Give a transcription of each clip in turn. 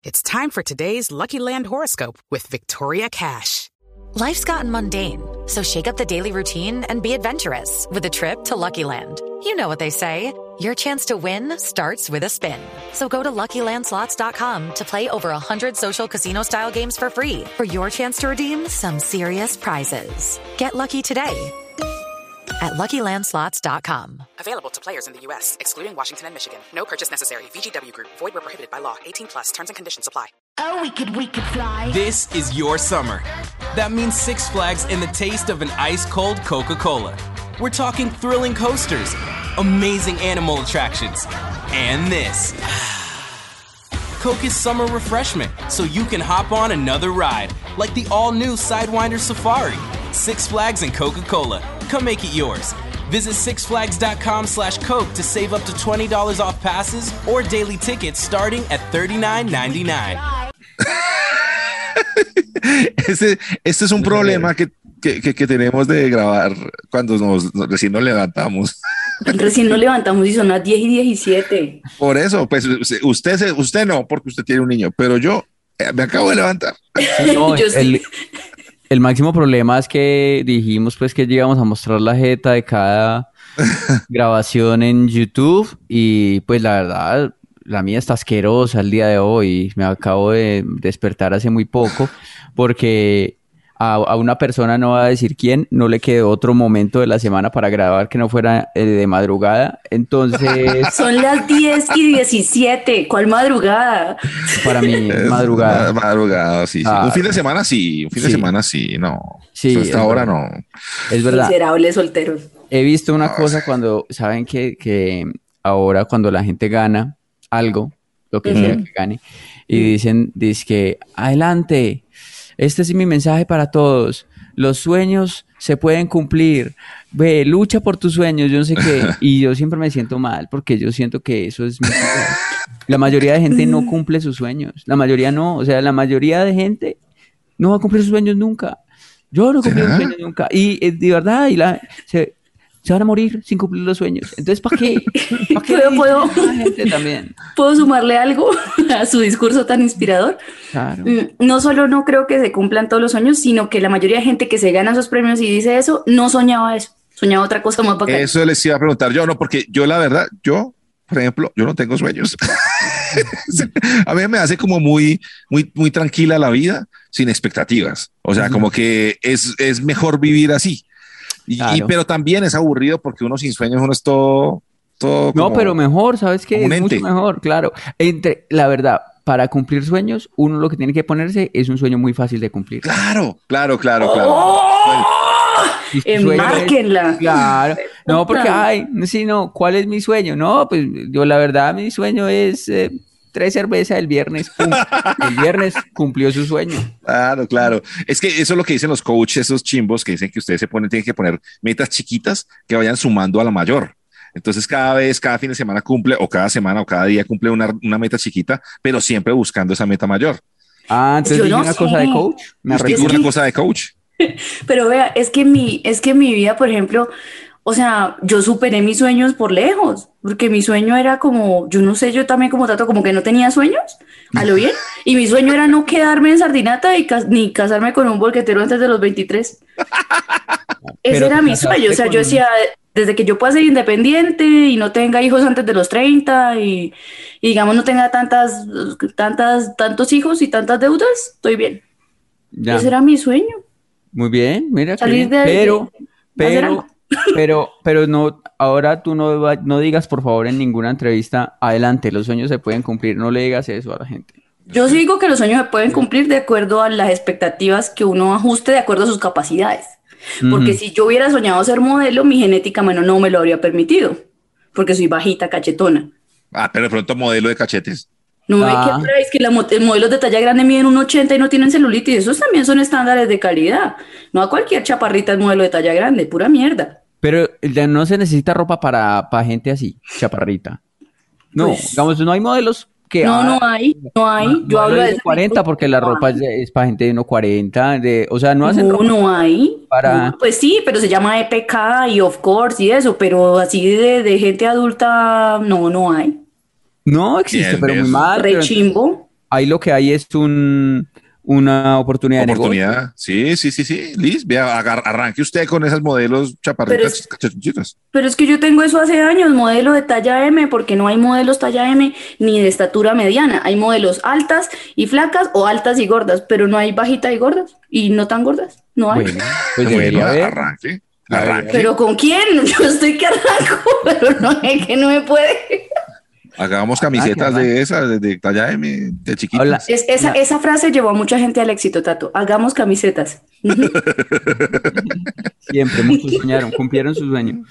It's time for today's Lucky Land horoscope with Victoria Cash. Life's gotten mundane, so shake up the daily routine and be adventurous with a trip to Lucky Land. You know what they say, your chance to win starts with a spin. So go to LuckyLandSlots.com to play over 100 social casino-style games for free for your chance to redeem some serious prizes. Get lucky today at LuckyLandSlots.com. Available to players in the U.S., excluding Washington and Michigan. No purchase necessary. VGW Group. Void where prohibited by law. 18 plus. Terms and conditions apply. Oh, we could fly. This is your summer. That means Six Flags and the taste of an ice-cold Coca-Cola. We're talking thrilling coasters, amazing animal attractions, and this. Coke is summer refreshment, so you can hop on another ride, like the all-new Sidewinder Safari. Six Flags and Coca-Cola. Come make it yours. Visit sixflags.com/Coke to save up to $20 off passes or daily tickets starting at $39.99. Este es un problema que tenemos de grabar cuando recién nos levantamos. Recién nos levantamos y son las 10:17. Por eso, pues usted no, porque usted tiene un niño, pero yo me acabo de levantar. No, Yo sí. el máximo problema es que dijimos pues que íbamos a mostrar la jeta de cada grabación en YouTube y pues la verdad la mía está asquerosa el día de hoy. Me acabo de despertar hace muy poco porque a una persona, no va a decir quién, no le quedó otro momento de la semana para grabar que no fuera de madrugada. Entonces... Son las 10:17. ¿Cuál madrugada? Para mí, madrugada. Madrugada, sí. Un fin de semana sí. Un fin de semana sí, no. Sí, hasta ahora no. Es verdad. Miserables solteros. He visto una cosa cuando, saben que ahora cuando la gente gana algo, lo que sea que gane, y dice que adelante, este es mi mensaje para todos, los sueños se pueden cumplir, ve, lucha por tus sueños, yo no sé qué, y yo siempre me siento mal porque yo siento que eso es la mayoría de gente no cumple sus sueños, la mayoría no, o sea, la mayoría de gente no va a cumplir sus sueños nunca, yo no cumplí mis sueños nunca, y de verdad, se van a morir sin cumplir los sueños. Entonces, ¿para qué? ¿Para qué? ¿Puedo? La gente también. ¿Puedo sumarle algo a su discurso tan inspirador? Claro. No solo no creo que se cumplan todos los sueños, sino que la mayoría de gente que se gana esos premios y dice eso, no soñaba eso. Soñaba otra cosa más bacana. Eso les iba a preguntar yo, no, porque yo la verdad, por ejemplo, yo no tengo sueños. A mí me hace como muy tranquila la vida, sin expectativas. O sea, como que es mejor vivir así. Claro. Pero también es aburrido porque uno sin sueños, uno es todo no, pero mejor, ¿sabes qué? Es mucho ente. mejor, claro. La verdad, para cumplir sueños, uno lo que tiene que ponerse es un sueño muy fácil de cumplir. Claro. Si tu sueño Enmárquenla. Claro. No, porque, ¿cuál es mi sueño? No, pues yo la verdad, mi sueño es 3 cervezas el viernes. ¡Pum! El viernes cumplió su sueño. Claro. Es que eso es lo que dicen los coaches, esos chimbos que dicen que ustedes tienen que poner metas chiquitas que vayan sumando a la mayor. Entonces cada fin de semana cumple, o cada semana o cada día cumple una meta chiquita, pero siempre buscando esa meta mayor. Entonces Yo dije no una sé. cosa de coach. ¿Usted dijo una cosa de coach? Pero vea, es que mi vida, por ejemplo, o sea, yo superé mis sueños por lejos, porque mi sueño era como, yo no sé, yo también como trato, como que no tenía sueños, a lo bien, y mi sueño era no quedarme en Sardinata ni casarme con un bolquetero antes de los 23. Ese era mi sueño, o sea, yo decía, desde que yo pueda ser independiente y no tenga hijos antes de los 30 y digamos no tenga tantos hijos y tantas deudas, estoy bien. Ya. Ese era mi sueño. Muy bien, mira, Salir qué bien. hacer algo. pero no, ahora tú no digas por favor en ninguna entrevista, adelante, los sueños se pueden cumplir, no le digas eso a la gente. Yo sí digo que los sueños se pueden cumplir de acuerdo a las expectativas que uno ajuste de acuerdo a sus capacidades. Porque si yo hubiera soñado ser modelo, mi genética no me lo habría permitido, porque soy bajita, cachetona. Pero de pronto modelo de cachetes. No ve que es que modelos de talla grande miden 1,80 y no tienen celulitis. Esos también son estándares de calidad. No a cualquier chaparrita es modelo de talla grande, pura mierda. Pero ya no se necesita ropa para gente así, chaparrita. No, Pues, digamos, no hay modelos que... no hay. Yo hablo de 40 porque la ropa es para gente de 1,40. O sea, no hacen ropa No hay. para... No, pues sí, pero se llama EPK y of course y eso, pero así de gente adulta no hay. No existe, Bien, pero muy ¿ves? mal. Re chimbo. ahí lo que hay es una oportunidad de negocio. Sí. Liz, vea, arranque usted con esas modelos chaparritas, cachachuchitas. Pero es que yo tengo eso hace años, modelo de talla M, porque no hay modelos talla M ni de estatura mediana. Hay modelos altas y flacas o altas y gordas, pero no hay bajitas y gordas y no tan gordas. No hay. Bueno, pues debería haber. Arranque. ¿Pero con quién? Yo estoy que arranco, pero no es que no me puede. Hagamos camisetas de esas, de talla M, de chiquitas. Esa frase llevó a mucha gente al éxito, Tato. Hagamos camisetas. Siempre, muchos soñaron, cumplieron su sueño.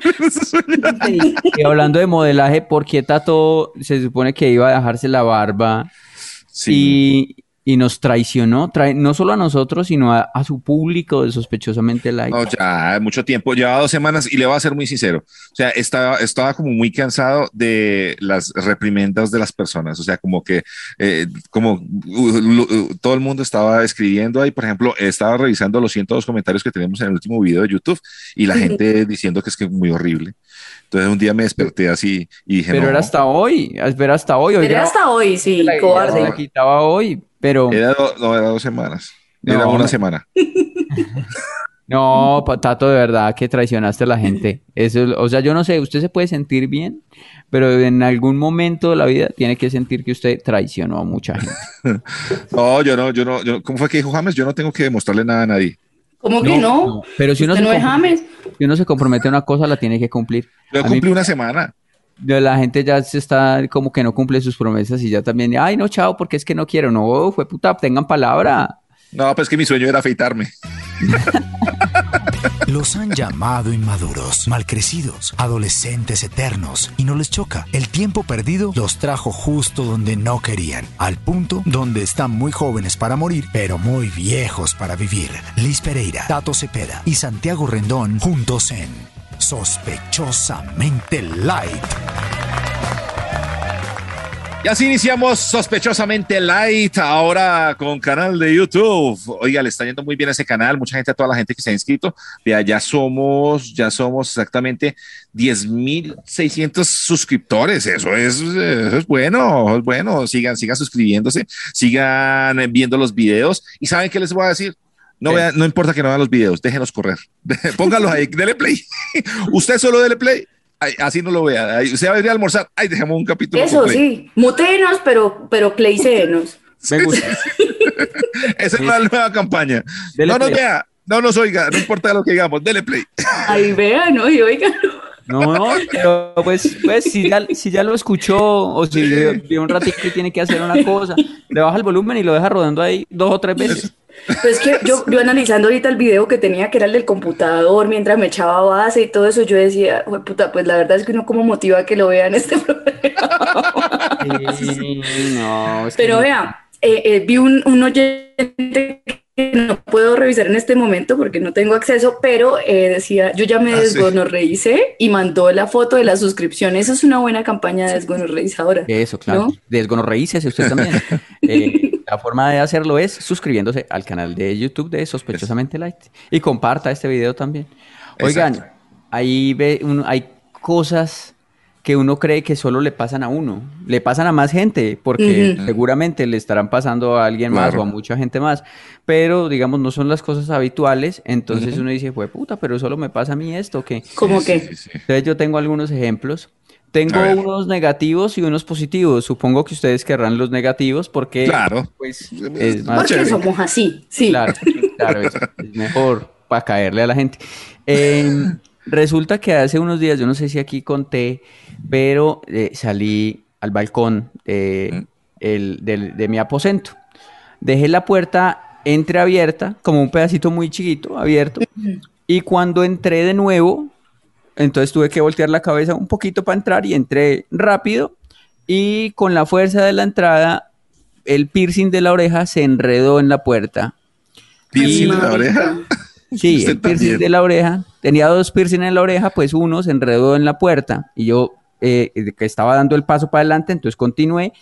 Y hablando de modelaje, ¿por qué Tato se supone que iba a dejarse la barba? Sí. Y nos traicionó, no solo a nosotros, sino a su público de Sospechosamente Light. No, ya mucho tiempo, llevaba 2 semanas y le voy a ser muy sincero. O sea, estaba como muy cansado de las reprimendas de las personas. O sea, como que todo el mundo estaba escribiendo ahí. Por ejemplo, estaba revisando los 102 comentarios que tenemos en el último video de YouTube y la gente diciendo que es muy horrible. Entonces un día me desperté así y dije, pero no. Era hasta hoy. Era hasta hoy, sí, cobarde. La quitaba hoy, pero... Era 2 semanas. Era una semana. No, Tato, de verdad que traicionaste a la gente. Eso, o sea, yo no sé, usted se puede sentir bien, pero en algún momento de la vida tiene que sentir que usted traicionó a mucha gente. No, yo no. ¿Cómo fue que dijo James? Yo no tengo que demostrarle nada a nadie. ¿Cómo que no? Pero si uno no es James. Si uno se compromete a una cosa, la tiene que cumplir. Yo cumplí una semana. La gente ya se está como que no cumple sus promesas y ya también, ay, no, chao, porque es que no quiero. No, fue puta, tengan palabra. No, pues que mi sueño era afeitarme. Los han llamado inmaduros, malcrecidos, adolescentes eternos, y no les choca. El tiempo perdido los trajo justo donde no querían, al punto donde están muy jóvenes para morir, pero muy viejos para vivir. Liz Pereira, Tato Cepeda y Santiago Rendón juntos en Sospechosamente Light. Y así iniciamos Sospechosamente Light, ahora con canal de YouTube. Oiga, le está yendo muy bien a ese canal, mucha gente, a toda la gente que se ha inscrito. Vea, ya somos exactamente 10,600 suscriptores. Eso es bueno, Sigan suscribiéndose, sigan viendo los videos. ¿Y saben qué les voy a decir? No importa que no vean los videos, déjenlos correr. Pónganlos ahí, dele play. Usted solo dele play. Ay, así no lo vea. Ay, usted va a ir a almorzar. Ay, dejemos un capítulo. Eso sí, mutéenos, pero playséenos. Me gusta. Esa es la nueva campaña. No nos vea, no nos oiga, no importa lo que digamos, dele play. Ahí vean, ¿no? Y oigan. No, pero pues si ya lo escuchó o si vio un ratito que tiene que hacer una cosa, le baja el volumen y lo deja rodando ahí 2 o 3 veces. Pues que yo analizando ahorita el video que tenía, que era el del computador, mientras me echaba base y todo eso, yo decía, puta, pues la verdad es que uno como motiva a que lo vean este programa. Sí, no, pero vea, vi un oyente que no puedo revisar en este momento porque no tengo acceso, pero decía, yo ya me desgonorreicé y mandó la foto de la suscripción. Esa es una buena campaña de desgonorreizadora. Eso, claro. ¿No? Desgonorreícese usted también. La forma de hacerlo es suscribiéndose al canal de YouTube de Sospechosamente Light. Y comparta este video también. Oigan, exacto. Ahí hay cosas que uno cree que solo le pasan a uno. Le pasan a más gente, porque seguramente le estarán pasando a alguien más o a mucha gente más. Pero, digamos, no son las cosas habituales. Entonces uno dice, fue puta, pero solo me pasa a mí esto. ¿Qué? ¿Cómo qué? Entonces yo tengo algunos ejemplos. Tengo unos negativos y unos positivos. Supongo que ustedes querrán los negativos porque... Claro. Pues, es más porque somos así, sí. Claro, es mejor para caerle a la gente. Resulta que hace unos días, yo no sé si aquí conté, pero salí al balcón de mi aposento. Dejé la puerta entreabierta, como un pedacito muy chiquito, abierto. Y cuando entré de nuevo... Entonces tuve que voltear la cabeza un poquito para entrar y entré rápido y con la fuerza de la entrada el piercing de la oreja se enredó en la puerta. ¿Piercing de la oreja? Sí, el piercing de la oreja. Tenía 2 piercing en la oreja, pues uno se enredó en la puerta y yo que estaba dando el paso para adelante, entonces continué.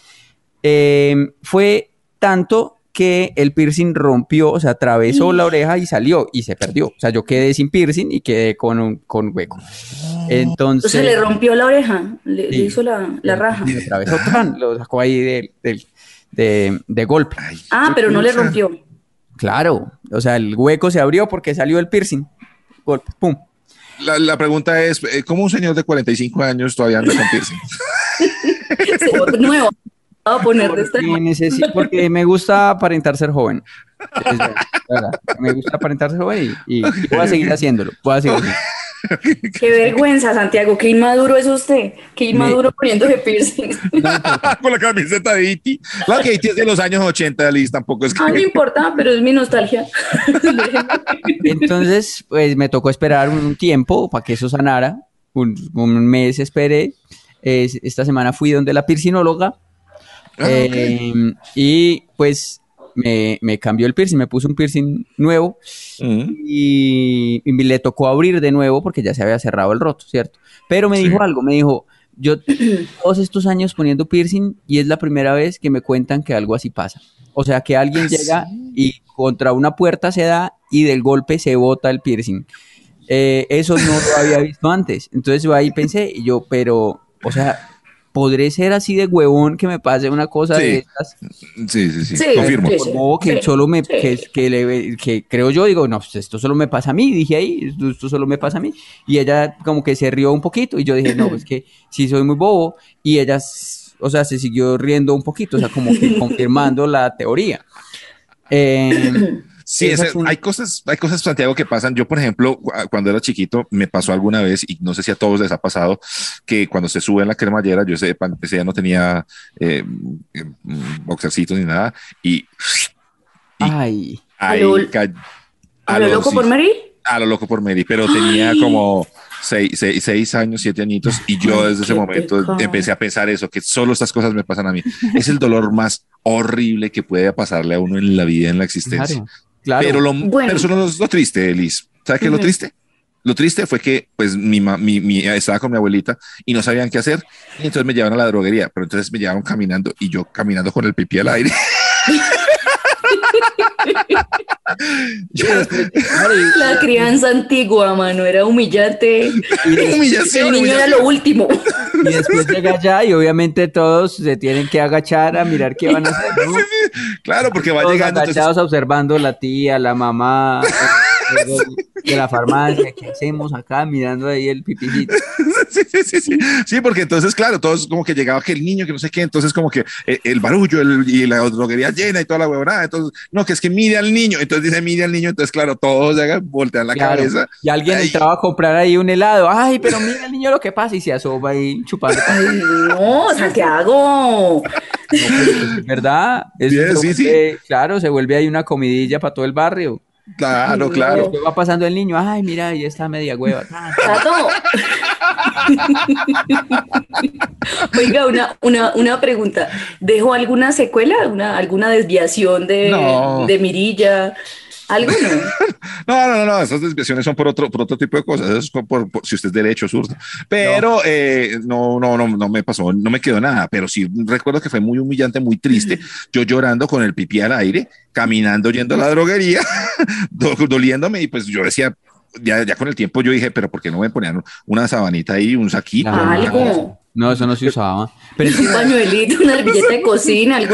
Fue tanto que el piercing rompió, o sea, atravesó la oreja y salió y se perdió. O sea, yo quedé sin piercing y quedé con hueco. Entonces... le rompió la oreja, le hizo la raja. Y atravesó, lo sacó ahí de golpe. Ah, pero no le rompió. Claro, o sea, el hueco se abrió porque salió el piercing. Golpe, pum. La pregunta es, ¿cómo un señor de 45 años todavía anda con piercing? Nuevo. Voy a poner de esta. Porque me gusta aparentar ser joven. Es verdad, me gusta aparentar ser joven y voy a seguir haciéndolo. Qué vergüenza, Santiago, qué inmaduro es usted. Qué inmaduro poniéndose piercing. Con la camiseta de Iti. La que Iti es de los años 80, Liz, tampoco es que... No importa, pero es mi nostalgia. Entonces, pues me tocó esperar un tiempo para que eso sanara. Un mes esperé. Esta semana fui donde la piercinóloga. Okay. Y pues me cambió el piercing, me puso un piercing nuevo y le tocó abrir de nuevo porque ya se había cerrado el roto, ¿cierto? Pero me dijo algo, me dijo, yo todos estos años poniendo piercing y es la primera vez que me cuentan que algo así pasa. O sea, que alguien llega y contra una puerta se da y del golpe se bota el piercing. Eso no lo había visto antes. Entonces yo ahí pensé, pero, o sea... ¿podré ser así de huevón que me pase una cosa de estas? Sí, confirmo. Que solo que creo yo, digo, no, pues esto solo me pasa a mí, dije ahí, esto solo me pasa a mí. Y ella como que se rió un poquito y yo dije, no, es que sí soy muy bobo. Y ella, o sea, se siguió riendo un poquito, o sea, como que confirmando la teoría. Sí, hay cosas, Santiago, que pasan. Yo, por ejemplo, cuando era chiquito, me pasó alguna vez, y no sé si a todos les ha pasado, que cuando se sube en la cremallera, yo sé, ese ya no tenía boxercitos ni nada, y ay, ¿A lo loco por Mary? A lo loco por Mary, pero tenía como 6 años, 7 añitos, y yo desde ese momento empecé a pensar eso, que solo estas cosas me pasan a mí. Es el dolor más horrible que puede pasarle a uno en la vida, en la existencia. Claro. Pero eso no es lo triste, Liz. ¿Sabes qué es lo triste? Lo triste fue que pues estaba con mi abuelita y no sabían qué hacer, y entonces me llevaron a la droguería, pero entonces me llevaron caminando y yo caminando con el pipí al aire. La crianza antigua, mano, era humillante. Humillación. El niño era lo último. Y después llega allá y obviamente todos se tienen que agachar a mirar qué van a hacer, ¿no? Claro, porque va todos llegando. Agachados observando la tía, la mamá de la farmacia, ¿qué hacemos acá? Mirando ahí el pipicito. Sí, porque entonces, claro, todos como que llegaba aquel niño que no sé qué, entonces como que el barullo y la droguería llena y toda la huevonada, entonces, no, que es que mire al niño, entonces dice mire al niño, entonces claro, todos voltean la cabeza. Y alguien entraba a comprar ahí un helado, ay, pero mira al niño lo que pasa, y se asoma ahí chupando. Ay, no, Santiago. No, ¿verdad? Claro, se vuelve ahí una comidilla para todo el barrio. Claro. Después va pasando el niño, ay, mira, ahí está media hueva. Tato. Oiga, una pregunta. ¿Dejó alguna secuela? ¿Alguna desviación de mirilla? ¿Algo no? No, esas desviaciones son por otro tipo de cosas, eso es por si usted es derecho o zurdo, pero no me pasó, no me quedó nada, pero sí recuerdo que fue muy humillante, muy triste, yo llorando con el pipí al aire, caminando yendo a la droguería, doliéndome, y pues yo decía, ya con el tiempo yo dije, pero ¿por qué no me ponían una sabanita ahí, un saquito? Algo. No, eso no se usaba. Pero un pañuelito, una servilleta de cocina, algo.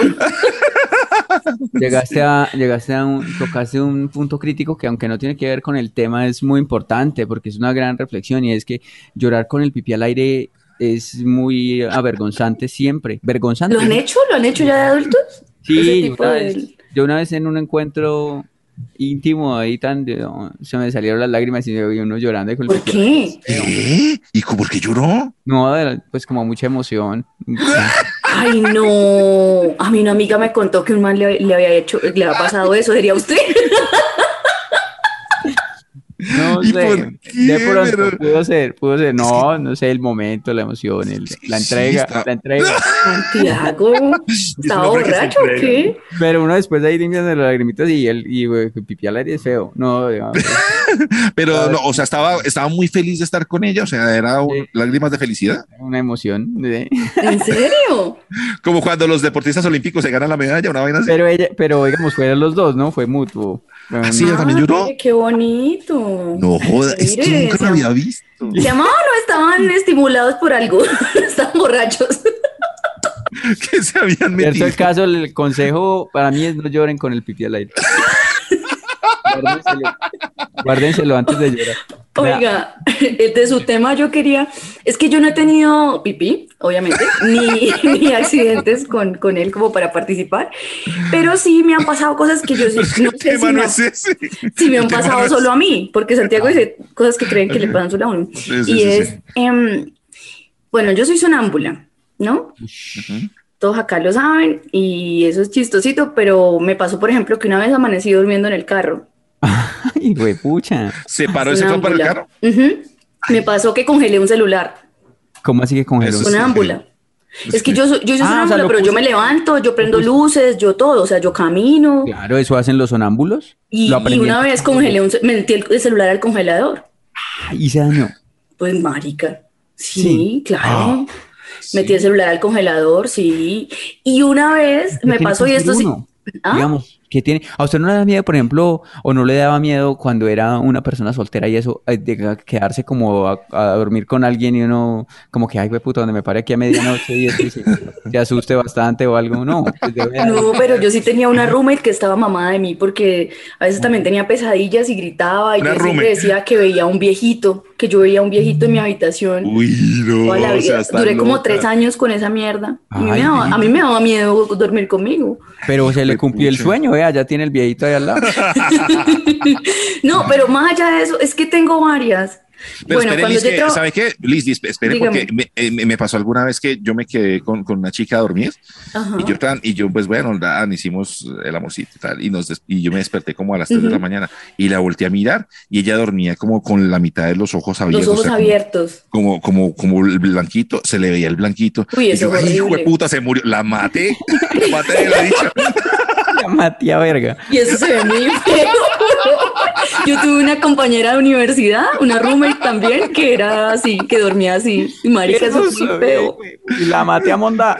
Tocaste un punto crítico que, aunque no tiene que ver con el tema, es muy importante porque es una gran reflexión, y es que llorar con el pipí al aire es muy avergonzante siempre. Vergonzante. ¿Lo han hecho? ¿Lo han hecho ya de adultos? Sí, yo una vez en un encuentro íntimo ahí se me salieron las lágrimas y me vi uno llorando. ¿Por qué? ¿Qué? ¿Y por qué lloró? No, pues como mucha emoción. Ay, no. A mí una amiga me contó que un man le había pasado eso. ¿Sería usted? No sé, ¿por qué? De pronto pudo ser, no sé, el momento, la emoción, la entrega. Santiago, ¿estaba borracho o qué? Pero uno después de ahí limpiando las lagrimitas y pipí al aire es feo, no, digamos. Pero no, o sea, estaba muy feliz de estar con ella, o sea, era lágrimas de felicidad. Una emoción. ¿En serio? Como cuando los deportistas olímpicos se ganan la medalla, una vaina así. Pero digamos, fueron los dos, ¿no? Fue mutuo. ¿Sí, ella también lloró? ¡Qué bonito! No joda, esto nunca lo había visto. Se amaban, no estaban estimulados por algo, estaban borrachos. que se habían Cierto metido. el caso, el consejo para mí es no lloren con el pipí al aire. Guárdenselo antes de llorar. Oiga, de su tema yo quería, es que yo no he tenido pipí, obviamente, ni accidentes con él como para participar, pero sí me han pasado cosas que yo sí, no El sé tema si no me, es ese. si me El han tema pasado no es- solo a mí, porque Santiago dice cosas que creen que le pasan solo a uno. Sí, Y sí, es, sí. bueno, yo soy sonámbula, ¿no? Todos acá lo saben y eso es chistosito, pero me pasó, por ejemplo, que una vez amanecí durmiendo en el carro. Ay, güey, pucha. Se paró y se fue para el carro. Ujú. Me pasó que congelé un celular. ¿Cómo así que congeló? Eso sí. Sonámbula. Es que yo soy o sea, sonámbula, lo pero yo puso- me levanto, yo prendo luces, yo todo, o sea, yo camino. Claro, eso hacen los sonámbulos. Y Lo aprendí una en- vez metí el celular al congelador. Y se dañó. Pues, marica. Sí, Sí. claro. Metí el celular al congelador, sí. Y una vez me ¿Qué tiene pasó, que y hacer esto sí. uno? ¿Ah? Digamos, ¿qué tiene? ¿A usted no le da miedo, por ejemplo, o no le daba miedo cuando era una persona soltera y eso, de quedarse como a dormir con alguien y uno, como que, ay, güey, puta, donde me pare aquí a medianoche y esto, y se asuste bastante o algo? No, pues debe haber- No, pero yo sí tenía una roommate que estaba mamada de mí porque a veces también tenía pesadillas y gritaba y Una yo siempre roommate. decía que veía un viejito, que yo veía un viejito en mi habitación. Uy, no. Toda la O vida. sea, está Duré como loca. 3 años con esa mierda. Ay, A mí me daba miedo dormir conmigo. Pero se le Hijo de cumplió el pucha. sueño, vea, ya tiene el viejito ahí al lado. No, pero más allá de eso, es que tengo varias. Pero Bueno, espere, cuando Liz, yo que, traba- ¿sabe qué? Liz, espere, Dígame. porque me pasó alguna vez que yo me quedé con una chica a dormir Ajá. y yo, pues bueno, hicimos el amorcito y tal, y yo me desperté como a las 3 de la mañana y la volteé a mirar y ella dormía como con la mitad de los ojos abiertos. Los ojos o sea, abiertos. como el blanquito, se le veía el blanquito. Uy, y eso yo, es ay, hijo de horrible. puta, se murió, la maté de la dicha. La Matías verga. Y eso se ve muy feo. Yo tuve una compañera de universidad, una roommate también, que era así, que dormía así. Y marica, eso es muy feo. Y la maté a monda.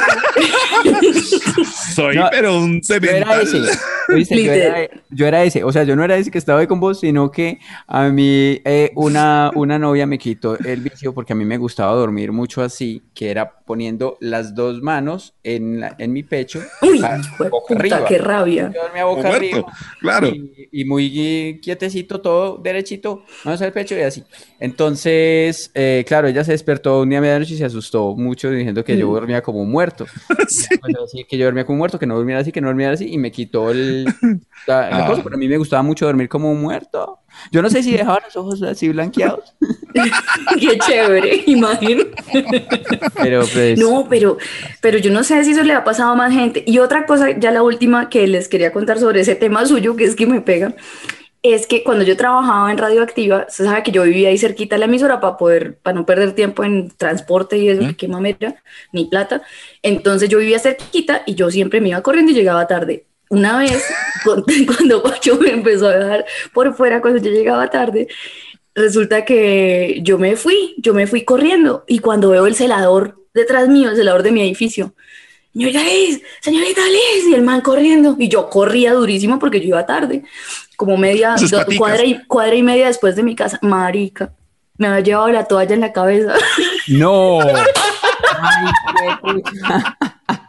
Soy, No, pero un Yo era cemental. ese. ¿Viste? Yo era ese. O sea, yo no era ese que estaba ahí con vos, sino que a mí una novia me quitó el vicio porque a mí me gustaba dormir mucho así, que era poniendo las dos manos en mi pecho. Uy, boca puta, arriba. qué rabia. Yo dormía boca Muerto, arriba. claro. Y muy quietecito, todo derechito, manos al pecho y así. Entonces, claro, ella se despertó un día a medianoche y se asustó mucho diciendo que yo dormía como un muerto. Sí. Pues, así que yo dormía como un muerto, que no durmiera así, y me quitó la cosa, pero a mí me gustaba mucho dormir como un muerto. Yo no sé si dejaba los ojos así blanqueados, Qué chévere, imagino. pero pues... No, pero yo no sé si eso le ha pasado a más gente. Y otra cosa, ya la última que les quería contar sobre ese tema suyo, que es que me pega, es que cuando yo trabajaba en Radioactiva, se sabe que yo vivía ahí cerquita de la emisora para no perder tiempo en transporte y eso, que qué mamera, ni plata. Entonces yo vivía cerquita y yo siempre me iba corriendo y llegaba tarde. Una vez, cuando Pacho me empezó a dejar por fuera, cuando yo llegaba tarde, resulta que yo me fui corriendo y cuando veo el celador detrás mío, el celador de mi edificio, señorita Liz, y el man corriendo, y yo corría durísimo porque yo iba tarde, como Sus paticas. cuadra y media después de mi casa, marica, me había llevado la toalla en la cabeza. ¡No! Ay, qué pucha.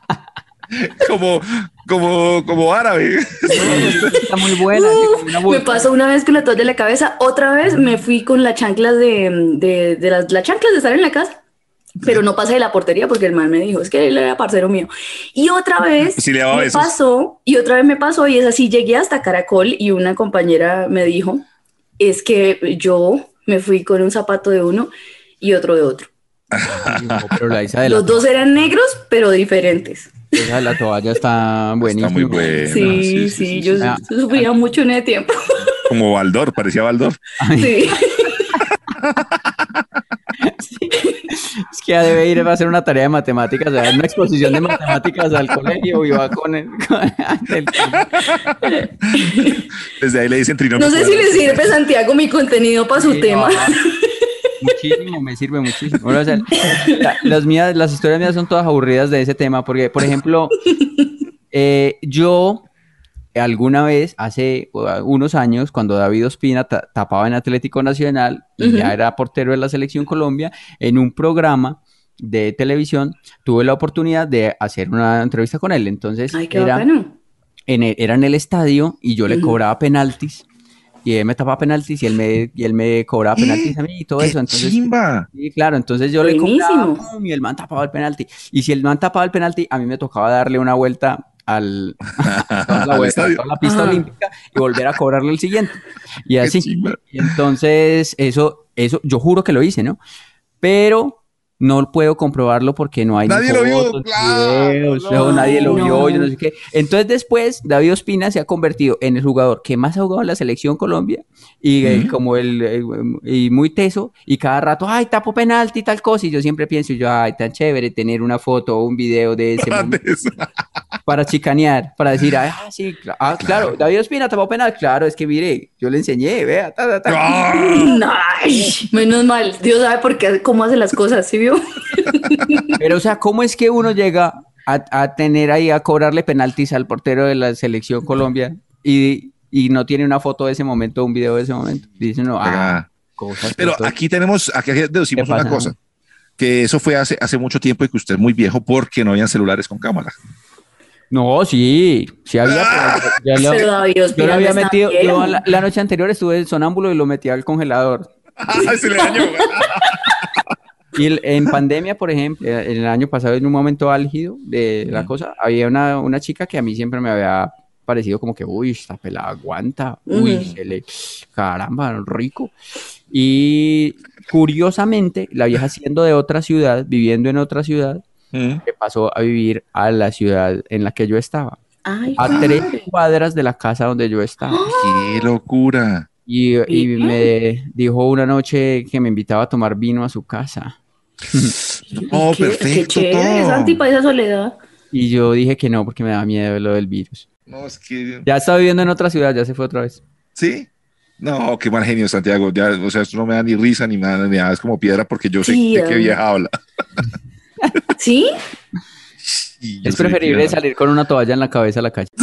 como árabe. Está muy buena. así como una Me bolsa. pasó una vez con la toalla en la cabeza, otra vez me fui con las chanclas las chanclas de estar en la casa, pero no pasé de la portería porque el man me dijo, es que él era parcero mío. Y otra vez Sí le daba me besos. pasó, y es así, llegué hasta Caracol y una compañera me dijo, es que yo me fui con un zapato de uno y otro de otro. No, pero la Isa de la Los dos eran negros, pero diferentes. esa de la toalla está buenísima. Está muy buena. Sí, yo Ah, sufría mucho en ese tiempo. Como Baldor, parecía Baldor. Sí. Es que ya debe ir a hacer una tarea de matemáticas, a dar una exposición de matemáticas al colegio y va con el... Desde ahí le dicen trinomio No sé si le sirve, Santiago, mi contenido para su Sí, tema. no, muchísimo, me sirve muchísimo. Bueno, o sea, las historias mías son todas aburridas de ese tema, porque, por ejemplo, yo alguna vez, hace unos años, cuando David Ospina tapaba en Atlético Nacional y ya era portero de la Selección Colombia, en un programa de televisión, tuve la oportunidad de hacer una entrevista con él. Entonces Ay, qué bacano. era en el estadio y yo le cobraba penaltis. Y él me tapaba penaltis y él me cobraba penaltis a mí y todo eso. Entonces, chimba! sí, claro, entonces yo Buenísimo. le cobraba, ¡pum! Y el man tapaba el penalti. Y si el man tapaba el penalti, a mí me tocaba darle una vuelta Al estadio. toda la pista olímpica y volver a cobrarle el siguiente. Y Qué así. chimba. Y entonces, eso, yo juro que lo hice, ¿no? Pero no puedo comprobarlo porque no hay Nadie ni lo vio, fotos, ni claro, videos, no. luego nadie lo vio, No. yo no sé qué. Entonces después, David Ospina se ha convertido en el jugador que más ha jugado en la selección Colombia y como y muy teso, y cada rato, ay, tapo penalti y tal cosa, y yo siempre pienso, ay, tan chévere tener una foto o un video de ese momento para chicanear, para decir, sí, claro, David Ospina tapó penal, claro, es que mire, yo le enseñé, vea, Ay, menos mal. Dios sabe por qué, cómo hace las cosas, ¿sí vio? Pero, o sea, ¿cómo es que uno llega a tener ahí, a cobrarle penaltis al portero de la selección Colombia y no tiene una foto de ese momento, un video de ese momento? Dice uno, cosas. Pero aquí deducimos una cosa, que eso fue hace mucho tiempo y que usted es muy viejo porque no habían celulares con cámara. No, sí había, Pero David yo Ospina lo había no está metido, bien. yo la noche anterior estuve sonámbulo y lo metí al congelador. Se le dañó. Y en pandemia, por ejemplo, en el año pasado, en un momento álgido de la cosa, había una chica que a mí siempre me había parecido como que, uy, esta pelada aguanta, uy, caramba, rico. Y curiosamente, la vieja siendo de otra ciudad, viviendo en otra ciudad, que pasó a vivir a la ciudad en la que yo estaba. Ay, A madre. 3 cuadras de la casa donde yo estaba. ¡Qué locura! Y me dijo una noche que me invitaba a tomar vino a su casa. Oh, Qué perfecto. chévere, todo. Santi, para esa soledad. Y yo dije que no, porque me daba miedo lo del virus. No, es que... Ya está viviendo en otra ciudad, ya se fue otra vez. ¿Sí? No, qué mal genio, Santiago. Ya, o sea, esto no me da ni risa ni nada, es como piedra porque yo sé Sí, de qué vieja habla. ¿Sí? Y yo Es sé de qué preferible vieja salir con una toalla en la cabeza a la calle.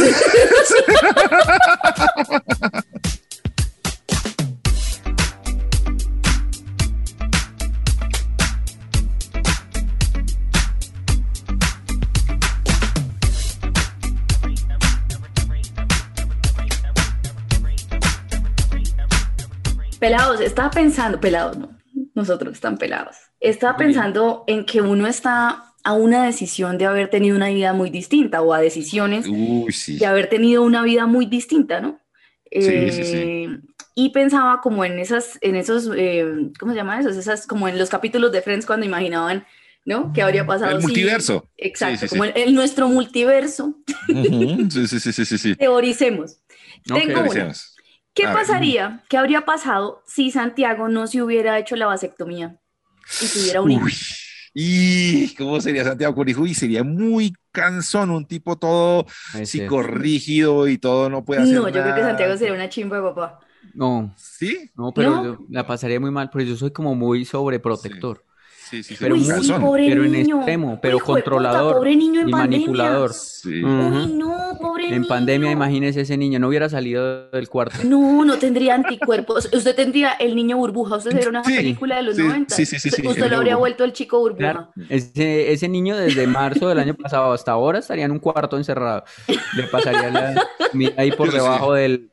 Pelados, estaba pensando, pelados, no, nosotros están pelados. Estaba pensando en que uno está a una decisión de haber tenido una vida muy distinta o a decisiones Uy, sí. de haber tenido una vida muy distinta, ¿no? Sí. Y pensaba como en esos, ¿cómo se llama eso? Esas, como en los capítulos de Friends cuando imaginaban, ¿no? ¿Qué habría pasado El si- multiverso. Exacto, Sí. como nuestro multiverso. Ujú, Sí. Teoricemos. Ok. Tengo una. Teoricemos. ¿Qué A ver. pasaría? ¿Qué habría pasado si Santiago no se hubiera hecho la vasectomía y tuviera un hijo? Uy. ¿Y cómo sería Santiago con hijo? Y sería muy cansón, un tipo todo Es psicorrígido y todo no puede hacer No, yo creo que nada. Santiago sería una chimba de papá. No, ¿Sí? pero ¿No? yo la pasaría muy mal, porque yo soy como muy sobreprotector. Sí, Pero Uy, muy sí, cansón. pobre pero en niño. extremo, pero Uy, hijo de puta, controlador pobre niño en y pandemia. manipulador. Sí. Ujú. Uy, no, pobre niño. En pandemia, imagínese ese niño, no hubiera salido del cuarto. No tendría anticuerpos. Usted tendría el niño burbuja. Usted sería una Sí, película de los sí, 90. sí, Usted el lo niño habría burbuja. vuelto el chico burbuja. Claro, ese niño desde marzo del año pasado hasta ahora estaría en un cuarto encerrado. Le pasaría la comida ahí por Sí. debajo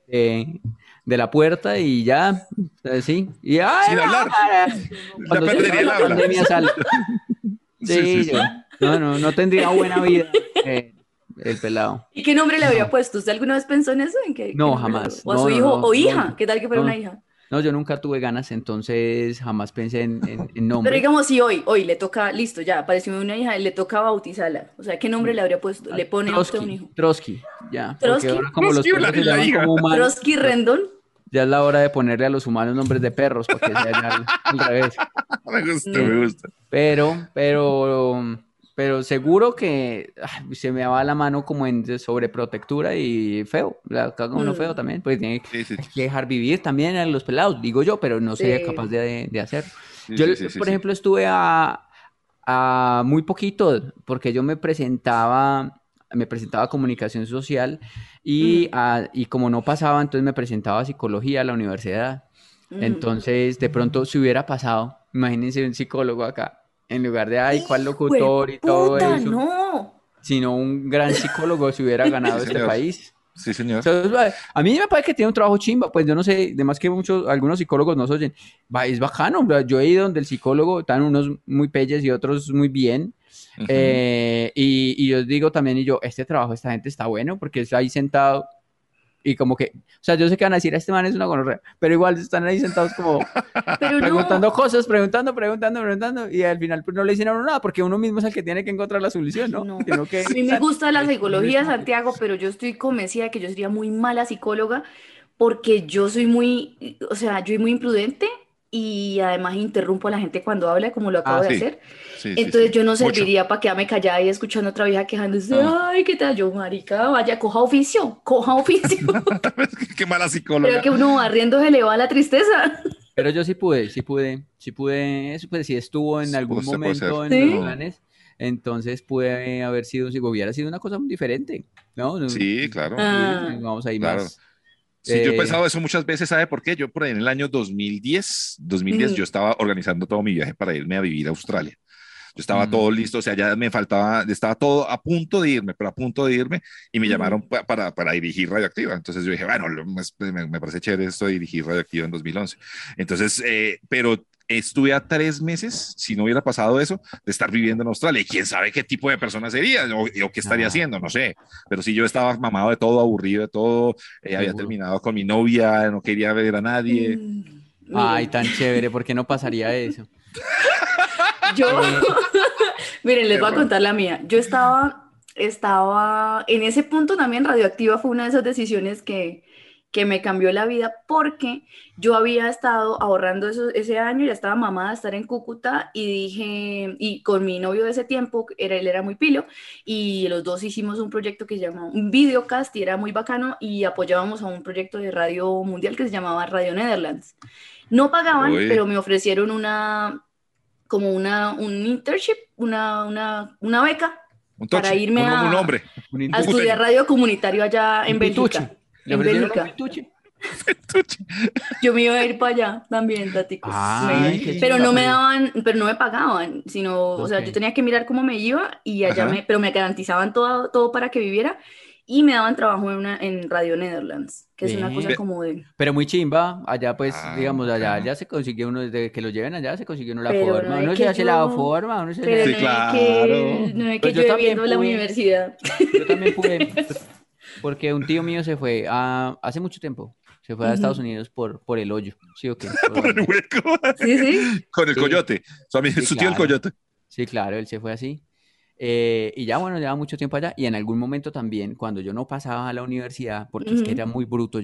de la puerta y ya, sí. Y, ¡ay, Sin hablar. Cuando Ya se perdería acabe el la habla. pandemia sale. Sí, Sí. no tendría buena vida el pelado. ¿Y qué nombre le habría puesto? ¿Usted alguna vez pensó en eso? ¿En qué No, nombre le- jamás. O a No, su no, hijo no, o hija. no, ¿Qué tal que fuera no. una hija? No, yo nunca tuve ganas, entonces jamás pensé en Pero nombre. digamos, si hoy le toca, listo, ya apareció una hija, le toca bautizarla. O sea, ¿qué nombre le habría puesto? Le pone a usted un hijo. Trotsky, ya. Porque ¿Trotsky? ahora como los Trotsky, perros se la llaman hija. como humanos, Trotsky Rendón. ya es la hora de ponerle a los humanos nombres de perros, porque sea ya al revés. Me gusta. Pero seguro que se me va la mano como en sobreprotectura y feo. La caga uno feo también, pues tiene Sí. que dejar vivir también a los pelados, digo yo, pero no sería Sí. capaz de hacerlo. Sí, Yo, sí. por ejemplo, estuve a muy poquito, porque yo me presentaba a comunicación social y como no pasaba, entonces me presentaba a psicología a la universidad. Entonces, de pronto, si hubiera pasado, imagínense un psicólogo acá. En lugar de, ay, cuál locutor y todo ¡Puta, eso, no! sino un gran psicólogo se hubiera ganado Sí, este señor. país. Sí, señor. Entonces, a mí me parece que tiene un trabajo chimba, pues yo no sé, además que algunos psicólogos nos oyen, es bacano, bro. Yo he ido donde el psicólogo, están unos muy pelles y otros muy bien, Ujú. y yo digo también, y yo, este trabajo, esta gente está bueno, porque está ahí sentado, y como que, o sea, yo sé que van a decir, este man es una gonorrea, pero igual están ahí sentados como Pero preguntando no. cosas, preguntando, y al final pues no le dicen a uno nada, porque uno mismo es el que tiene que encontrar la solución, ¿no? No. Sino que, A mí me gusta la psicología, como que- Santiago, pero yo estoy convencida de que yo sería muy mala psicóloga porque yo soy muy, o sea, yo soy muy imprudente y además interrumpo a la gente cuando habla, como lo acabo Ah, de Sí, hacer. sí, sí, Entonces sí. yo no Mucho. serviría para quedarme callada y escuchando a otra vieja quejándose, No. ay, ¿qué tal? Yo, marica, vaya, coja oficio, coja oficio. Qué mala Pero psicóloga. que uno va riendo se le va la tristeza. Pero yo sí pude, eso pues sí estuvo en algún Usted puede ser. momento en los Sí. planes, entonces puede haber sido, si hubiera sido una cosa muy diferente, ¿no? Sí, claro. Ah, Vamos ahí Claro. más. Sí, yo he eh, pensado eso muchas veces, ¿sabe por qué? Yo por ahí en el año 2010 yo mm, estaba organizando todo mi viaje para irme a vivir a Australia. Yo estaba mm, todo listo, o sea, ya me faltaba, estaba todo a punto de irme, pero a punto de irme, y me mm. llamaron para dirigir Radioactiva. Entonces yo dije, bueno, me parece chévere esto de dirigir Radioactiva en 2011. Entonces, pero estuve a 3 meses, si no hubiera pasado eso, de estar viviendo en Australia. Y quién sabe qué tipo de persona sería o qué estaría ah, haciendo, no sé. Pero sí, yo estaba mamado de todo, aburrido de todo, había seguro. terminado con mi novia, no quería ver a nadie. Ay, Miren, tan chévere, ¿por qué no pasaría eso? yo, Eh, miren, les voy a Error. contar la mía. Yo estaba en ese punto también radioactiva, fue una de esas decisiones que me cambió la vida porque yo había estado ahorrando ese año, ya estaba mamada de estar en Cúcuta y dije, y con mi novio de ese tiempo, él era muy pilo, y los dos hicimos un proyecto que se llamaba un videocast y era muy bacano y apoyábamos a un proyecto de radio mundial que se llamaba Radio Netherlands. No pagaban, Uy, pero me ofrecieron un internship, una beca un para toche, irme un hombre, un a un intuche, estudiar sueño. radio comunitario allá un en pituche. Bélgica. ¿Le En ofrecieron un Bélgica. pituche? Yo me iba a ir para allá también, taticos. Ay, qué Pero chimba, no me pero... daban, pero no me pagaban, sino, o sea, yo Ok. tenía que mirar cómo me iba y allá Ajá. pero me garantizaban todo para que viviera y me daban trabajo en Radio Netherlands, que es una cosa Bien. Ve- como de, Pero muy chimba, allá pues, digamos, allá bacano. ya se consigue uno, desde que lo lleven allá se consigue uno la pero no forma, es uno se que hace la yo, forma, uno se pero Sí, no hace... es claro. que, no es que Pues yo yo también debiendo la pude, universidad. yo también pude, porque un tío mío se fue hace mucho tiempo, se fue a Estados Ujú. Unidos por el hoyo, ¿sí o qué? Por el hueco. Sí, sí. Con el Sí, coyote. sí, Su tío el claro, coyote. sí, claro, él se fue así. Y ya, bueno, llevaba mucho tiempo allá y en algún momento también, cuando yo no pasaba a la universidad, porque es que era Ujú. muy bruto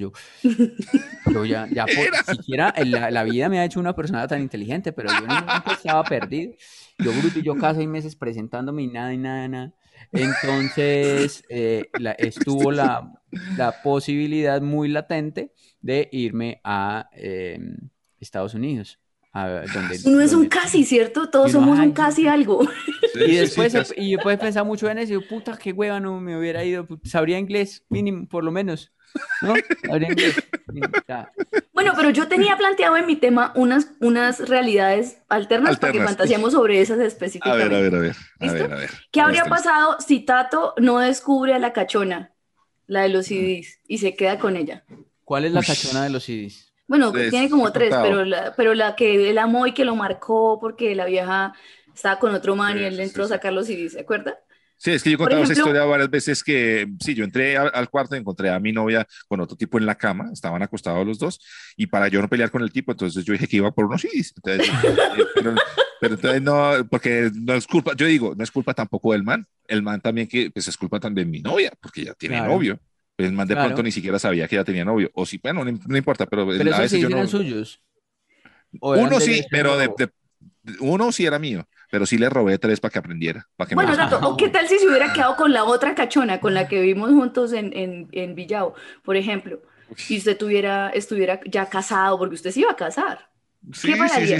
yo ya por siquiera la vida me ha hecho una persona tan inteligente, pero yo en un momento estaba perdido. Yo bruto y yo cada 6 meses presentándome y nada, y nada, y nada. Entonces estuvo la posibilidad muy latente de irme a Estados Unidos, Uno es un donde casi, ¿cierto? y Todos uno, somos un ay, casi algo. Sí, y sí, sí. después, y después he pensado mucho en eso, y yo, puta, qué hueva, no me hubiera ido, sabría inglés, mínimo, por lo menos, ¿no? Sabría inglés. O sea, Bueno, pero yo tenía planteado en mi tema unas realidades alternas para que Alternas. fantaseemos sobre esas A ver, a específicamente. ver, a ver. A ¿Listo? ver, a ver. ¿Qué habría Listo, listo. pasado si Tato no descubre a la cachona, la de los CDs, y se queda con ella? ¿cuál es la Uy, cachona de los CDs? Bueno, tiene como he tres, contado. pero la que él amó y que lo marcó porque la vieja estaba con otro man y Sí, él sí, sí, entró a sí. sacar los CDs, ¿se acuerda? Sí, es que yo he Por contado esa ejemplo, historia varias veces que, sí, yo entré al cuarto y encontré a mi novia con otro tipo en la cama, estaban acostados los dos, y para yo no pelear con el tipo, entonces yo dije que iba por unos CDs. Entonces, pero entonces no, porque no es culpa, yo digo, no es culpa tampoco del man, el man también que, pues es culpa también de mi novia, porque ella tiene Claro, novio. El man de pronto claro. ni siquiera sabía que ella tenía novio, o sí, bueno, no importa, pero Pero a esos veces CDs yo eran no, suyos, o eran uno de ella sí, y usted se pero los robó. uno sí era mío, pero sí le robé 3 para que aprendiera, para que me bueno, los Tato, contara. ¿o qué tal si se hubiera quedado con la otra cachona con la que vivimos juntos en Villavo, por ejemplo, y usted estuviera ya casado, porque usted se iba a casar? ¿Qué Sí, sí, sí, pasaría? sí.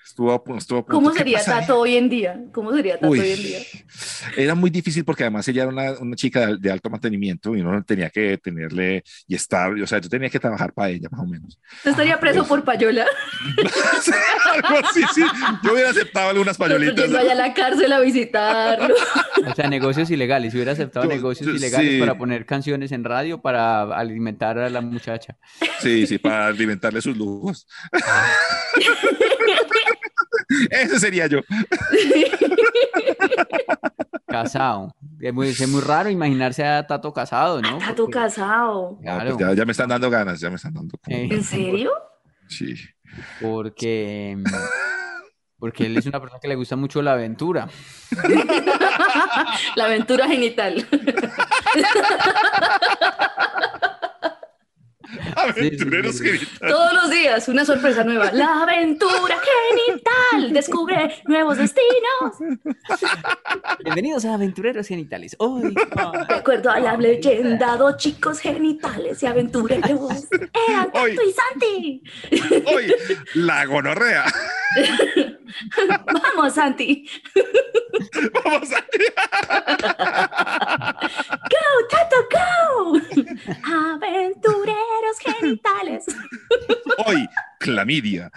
Estuvo a punto. ¿Cómo ¿Qué sería pasaría? Tato hoy en día? ¿Cómo sería Tato Uy, hoy en día? era muy difícil porque además ella era una chica de alto mantenimiento y uno tenía que tenerle y estar, o sea, yo tenía que trabajar para ella más o menos. ¿Usted estaría preso por payola? Algo así, sí. Yo hubiera aceptado algunas payolitas. Yendo allá a la cárcel a visitarlo. O sea, negocios ilegales. Si hubiera aceptado negocios ilegales sí. para poner canciones en radio para alimentar a la muchacha. Sí, sí, para alimentarle sus lujos. Ese sería yo. Casado. Es muy raro imaginarse a Tato casado, ¿no? Tato Porque, casado. No, claro, pues ya me están dando ganas, ya me están dando. ¿En serio? Sí. porque él es una persona que le gusta mucho la aventura. La aventura genital. Aventureros sí. genitales. Todos los días, una sorpresa nueva. La aventura genital. Descubre nuevos destinos. Bienvenidos a Aventureros Genitales. Hoy, De acuerdo a la leyenda, dos chicos genitales y aventureros eran Hoy. Tato y Santi. Hoy, la gonorrea. Vamos, Santi. Vamos a... Go, Tato, go. Aventureros genitales. Hoy, clamidia.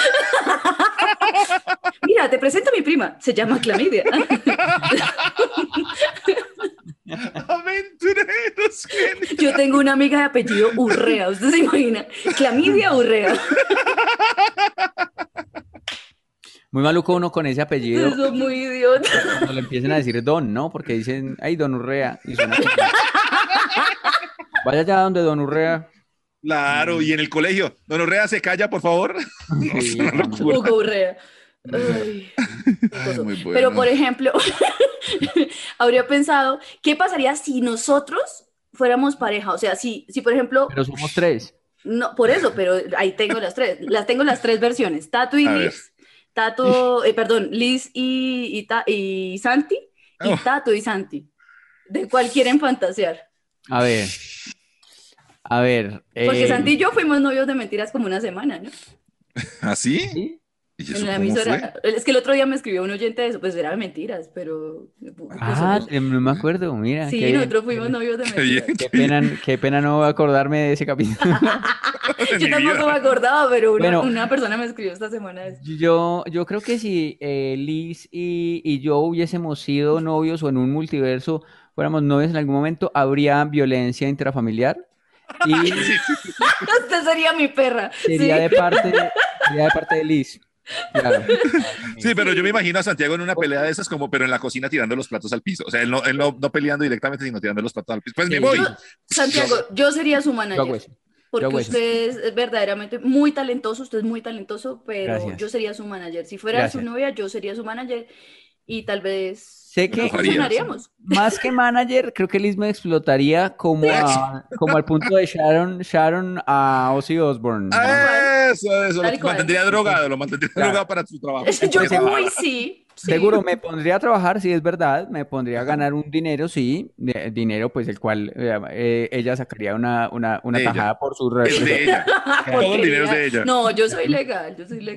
Mira, te presento a mi prima. Se llama Clamidia. Aventureros genitales. Yo tengo una amiga de apellido Urrea. ¿Usted se imagina? Clamidia Urrea. muy maluco uno con ese apellido. Eso es muy idiota. Cuando le empiecen a decir Don, ¿no? Porque dicen, ay, Don Urrea. Y suena como- Vaya allá donde Don Urrea. Claro, y en el colegio. Don Orrea, se calla, por favor. No, es Sí, una locura. Hugo Urrea. Ay, qué cosa. muy bueno. Pero, por ejemplo, habría pensado, ¿qué pasaría si nosotros fuéramos pareja? O sea, si por ejemplo, Pero somos tres. no, por eso, pero ahí tengo las tres versiones, Tato y A ver. Liz, Liz y Santi, y Oh. Tato y Santi. ¿De cuál quieren fantasear? A ver. Porque Santi y yo fuimos novios de mentiras como una semana, ¿no? ¿Así? ¿sí? ¿Y En eso la cómo emisora. Es que el otro día me escribió un oyente de eso, pues era de mentiras, pero... Ah, no me acuerdo, mira. sí, qué bien. nosotros fuimos novios de Qué bien. mentiras. Qué pena no acordarme de ese capítulo. fue? Yo Mi tampoco vida. me acordaba, pero Bueno. una persona me escribió esta semana eso. Yo creo que si Liz y yo hubiésemos sido novios o en un multiverso fuéramos novios en algún momento, habría violencia intrafamiliar y Usted sería mi perra. sería sí. de parte de Liz. Claro. Sí, pero yo me imagino a Santiago en una pelea de esas, como, pero en la cocina tirando los platos al piso. O sea, él no peleando directamente, sino tirando los platos al piso. Pues me Sí. voy. Santiago, yo sería su Yo hago manager. eso. Porque Yo hago eso. usted es verdaderamente muy talentoso, usted es muy talentoso, pero Gracias. yo sería su manager. Si fuera Gracias. su novia, yo sería su manager y tal vez Sé no que funcionaríamos. más que manager, creo que Liz me explotaría como al punto de Sharon a Ozzy Osbourne. Eso. Tal Lo cual. mantendría drogado, Claro. drogado para su trabajo. Yo, Pues, uy, sí. Seguro me pondría a trabajar, si es verdad, me pondría a ganar un dinero, sí, dinero pues el cual ella sacaría una De ella. tajada por su Es de ella. Todo el dinero es de ella. No, yo soy legal.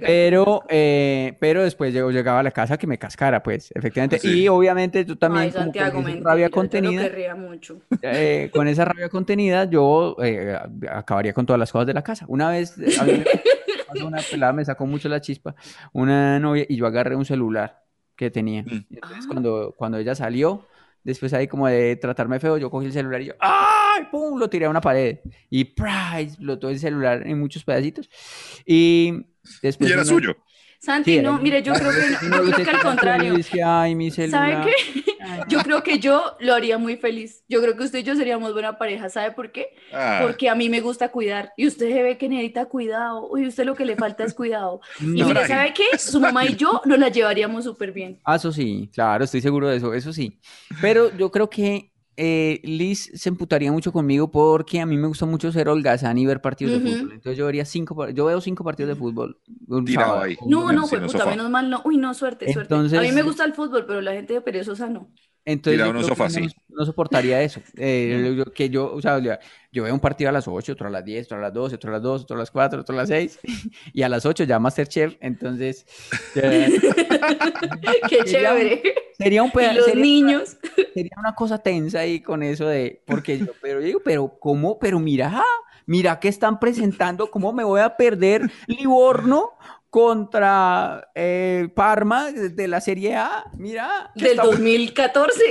pero después llegaba a la casa que me cascara, pues, efectivamente. Sí. Y obviamente yo también Ay, como Santiago, con esa mentira, rabia yo lo contenida, querría mucho. con esa rabia contenida, yo acabaría con todas las cosas de la casa. Una vez a mí una pelada me sacó mucho la chispa, una novia, y yo agarré un celular que tenía. Entonces, cuando ella salió, después ahí como de tratarme feo, yo cogí el celular y yo, ¡ay! ¡Pum! Lo tiré a una pared. Y ¡prá! Explotó el celular en muchos pedacitos. Y después... Y era suyo. Santi, Sí, no, mire, yo creo que no, yo creo que al contrario. Ay, mi celular. ¿Sabe qué? Yo creo que yo lo haría muy feliz. Yo creo que usted y yo seríamos buena pareja. ¿Sabe por qué? Ah. Porque a mí me gusta cuidar. Y usted se ve que necesita cuidado. Uy, usted lo que le falta es cuidado. Y No. mire, ¿sabe qué? Su mamá y yo nos la llevaríamos súper bien. Ah, eso sí, claro, estoy seguro de eso sí. Pero yo creo que Liz se emputaría mucho conmigo porque a mí me gusta mucho ser holgazán y ver partidos de fútbol. Entonces yo veo 5 partidos de fútbol un Tirado sábado. ahí. No, Sí, fue en el puta, sofá. menos mal no. Uy, no, suerte. Entonces- A mí me gusta el fútbol, pero la gente de perezosa no. Entonces Tirado yo en un creo sofá, que no, sí. no soportaría eso. O sea, yo veo un partido a las 8, otro a las 10, otro a las 12, otro a las 2, otro a las 4, otro a las 6 y a las 8 ya Masterchef. Entonces, eh, Qué sería un, chévere. sería un Y peda- los sería, niños. sería una cosa tensa ahí con eso porque yo digo, pero ¿cómo? Pero mira que están presentando, ¿cómo me voy a perder Livorno contra Parma de la Serie A? Mira, ¿qué Del está 2014.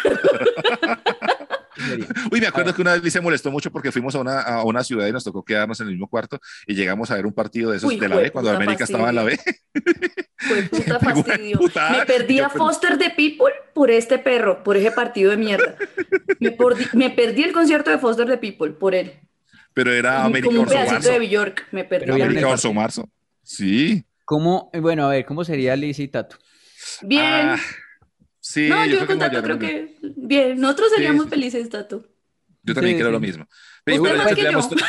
sería? Uy, me A ver. acuerdo que una vez Liz se molestó mucho porque fuimos a una ciudad y nos tocó quedarnos en el mismo cuarto y llegamos a ver un partido de esos Uy, de la B cuando jueputa América estaba en la fastidio. B. Fue Se puta pegó una fastidio. Me putada y perdí yo, a Foster the People por este perro, por ese partido de mierda. Me perdí el concierto de Foster the People por él. pero era Como América un Orso pedacito de Marzo. Bjork. Me Pero perdí la vieron el América mierda. Orso partido. Marzo. Sí. ¿Cómo? Bueno, a ver, ¿cómo sería Liz y Tato? Ah, Bien. No, sí, yo yo creo que con no Tato hallaron creo lo mismo. que bien. Nosotros Sí, seríamos sí, sí. felices, Tato. Yo también Sí, creo lo sí. mismo. Usted Pero más que tendríamos yo.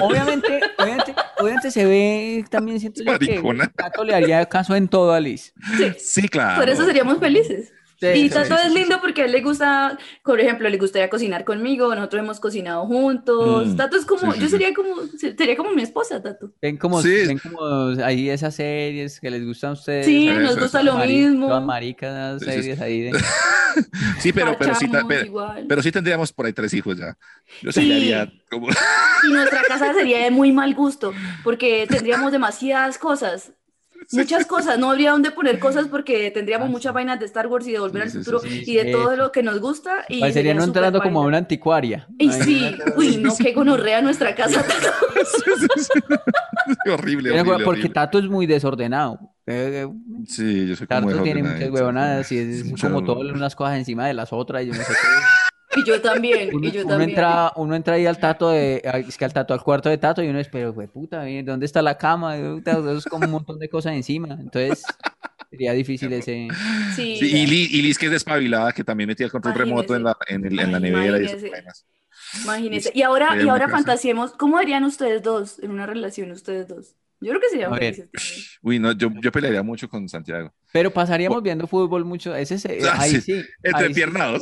Obviamente se ve, también siento yo que maricona. Tato le haría caso en todo a Liz. Sí. Sí, Por eso claro. seríamos felices. Sí, Y sí, Tato Sí, sí, es sí, lindo sí. porque a él le gusta, por ejemplo, le gustaría cocinar conmigo, nosotros hemos cocinado juntos. Tato es Sí, como, sí, yo sí. sería como mi esposa, Tato. Sí, Ven como ahí esas series que les gustan a ustedes, Sí, así, nos eso, gusta eso. lo todas mismo, maricas, Sí, sí, sí. series ahí de... Sí, parchamos igual. pero sí tendríamos por ahí 3 hijos ya. Yo sí le haría Sí, como. y nuestra casa sería de muy mal gusto porque tendríamos demasiadas cosas. Sí, sí, Muchas cosas, no habría dónde poner cosas porque tendríamos Ah, muchas sí. vainas de Star Wars y de Volver sí, al sí, sí, Futuro sí. Sí, y de todo eso. lo que nos gusta y Parecería sería no súper entrando como a paila. una anticuaria. Y Imagínate. sí, uy, no, qué gonorrea nuestra casa. Sí, sí, sí. Horrible, horrible, Porque horrible. Tato es muy desordenado. Sí, yo soy como Tato tiene muchas desordenadito. huevonadas y es Mucho. como todas unas cosas encima de las otras y yo no sé qué. Y yo también, y yo también. Uno entra ahí al Tato es que al Tato, al cuarto de Tato y uno es, pero güey, puta, ¿dónde está la cama? Puta, es como un montón de cosas encima. Entonces, sería difícil ese. Sí, Sí, Y Liz, que es despabilada, que también metía el control remoto imagínese. en la Ay, nevera y esas imagínese. vainas. Imagínese. Liz, Y ahora, en una casa. fantasiemos, ¿cómo harían ustedes dos en una relación, ustedes dos? Yo creo que A serían ver, felices también. Uy, no, yo pelearía mucho con Santiago. pero pasaríamos Bu- viendo fútbol mucho. Ah, Ahí sí, sí, entre ahí sí. piernados.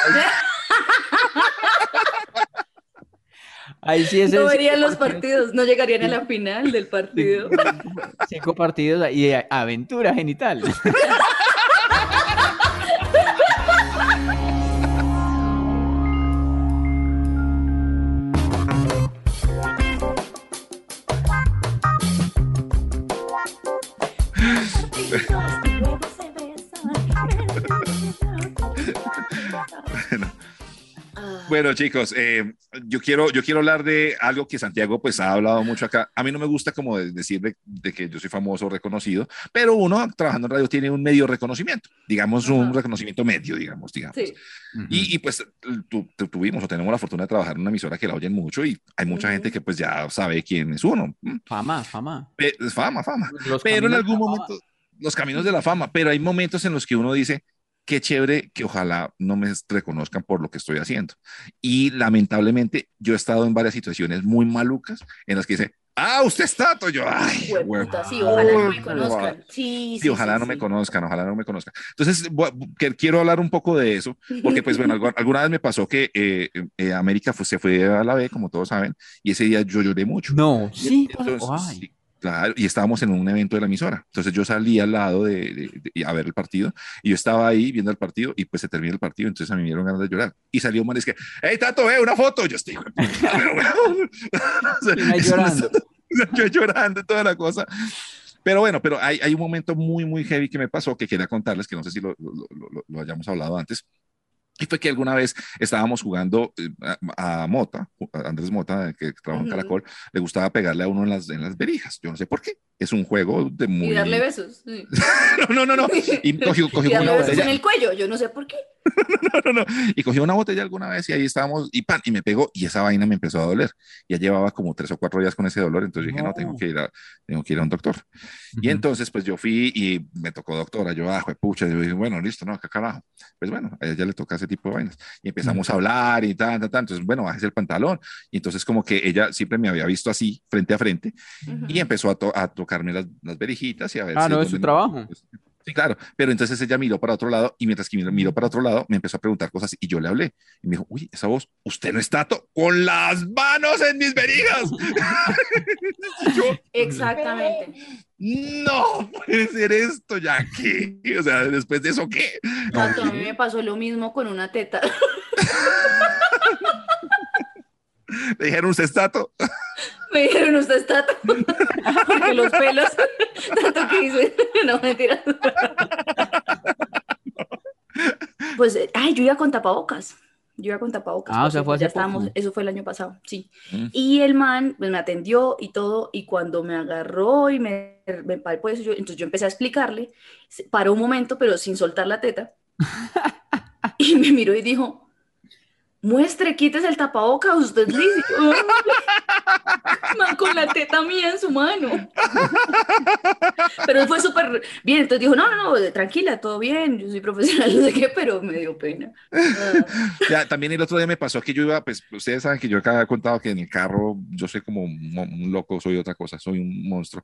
Ahí sí es No el verían los partidos, no llegarían a la final del partido. 5 partidos y aventura genital. Bueno, chicos, yo quiero hablar de algo que Santiago pues ha hablado mucho acá. A mí no me gusta como decir de que yo soy famoso o reconocido, pero uno trabajando en radio tiene un medio reconocimiento, digamos un Ajá. reconocimiento medio, digamos. Sí. Y pues tuvimos o tenemos la fortuna de trabajar en una emisora que la oyen mucho y hay mucha gente que pues ya sabe quién es uno. Fama. Fama, fama. Los Pero en caminos de algún la fama. momento, los caminos de la fama, pero hay momentos en los que uno dice, qué chévere que ojalá no me reconozcan por lo que estoy haciendo. Y lamentablemente yo he estado en varias situaciones muy malucas en las que dice, usted es Tato. Yo, ay, Hueputa, sí, ojalá no me huevo. conozcan. Sí, Sí, ojalá no me conozcan, ojalá no me conozcan. Entonces, quiero hablar un poco de eso, porque pues bueno, alguna vez me pasó que América se fue a la B, como todos saben, y ese día yo lloré mucho. No, sí, Entonces, ay. sí, claro, y estábamos en un evento de la emisora. Entonces yo salí al lado a ver el partido y yo estaba ahí viendo el partido y pues se terminó el partido. Entonces a mí me dieron ganas de llorar. Y salió un man y es que, hey, Tato, una foto. Yo estoy, pero, bueno. Y me llorando. Yo llorando, toda la cosa. Pero bueno, pero hay un momento muy, muy heavy que me pasó que quería contarles, que no sé si lo hayamos hablado antes. Y fue que alguna vez estábamos jugando a Mota, a Andrés Mota, que trabaja en Caracol, le gustaba pegarle a uno en las verijas. Yo no sé por qué. Es un juego de muy... Y darle besos. Sí. No. Y cogió Y darle una besos botella. en el cuello, yo no sé por qué. No. Y cogió una botella alguna vez y ahí estábamos y pan, y me pegó y esa vaina me empezó a doler. Ya llevaba como 3 o 4 días con ese dolor, entonces dije, no, tengo que ir a un doctor. Y entonces pues yo fui y me tocó doctora, yo, pucha, yo dije, bueno, listo, no, acá carajo. Pues bueno, a ella ya le toca ese tipo de vainas. Y empezamos a hablar y tal. Entonces, bueno, bájese el pantalón. Y entonces como que ella siempre me había visto así, frente a frente, y empezó a tocarme las verijitas y a ver si No, es dónde su me- trabajo. Sí, claro, pero entonces ella miró para otro lado y mientras que miró para otro lado me empezó a preguntar cosas y yo le hablé y me dijo, uy, esa voz, usted no está con las manos en mis verijas. Y yo, Exactamente. no puede ser esto ya que, o sea, después de eso, ¿qué? Tato, a mí me pasó lo mismo con una teta. Le dijeron, ¿usted está tato? Me dijeron, usted está porque los pelos, tanto que hice, no, mentira. Pues, yo iba con tapabocas. Ah, o sea, fue ya hace poco. estábamos, eso fue el año pasado, sí. Mm. Y el man, pues, me atendió y todo, y cuando me agarró y me paró, pues, entonces yo empecé a explicarle, paró un momento, pero sin soltar la teta, y me miró y dijo, muestre, quítese el tapabocas, usted es liso. Man, con la teta mía en su mano. Pero fue súper bien, entonces dijo, no, tranquila, todo bien, yo soy profesional, no sé qué, pero me dio pena. Ya, también el otro día me pasó que yo iba, pues ustedes saben que yo acá he contado que en el carro yo soy como un loco, soy otra cosa, soy un monstruo.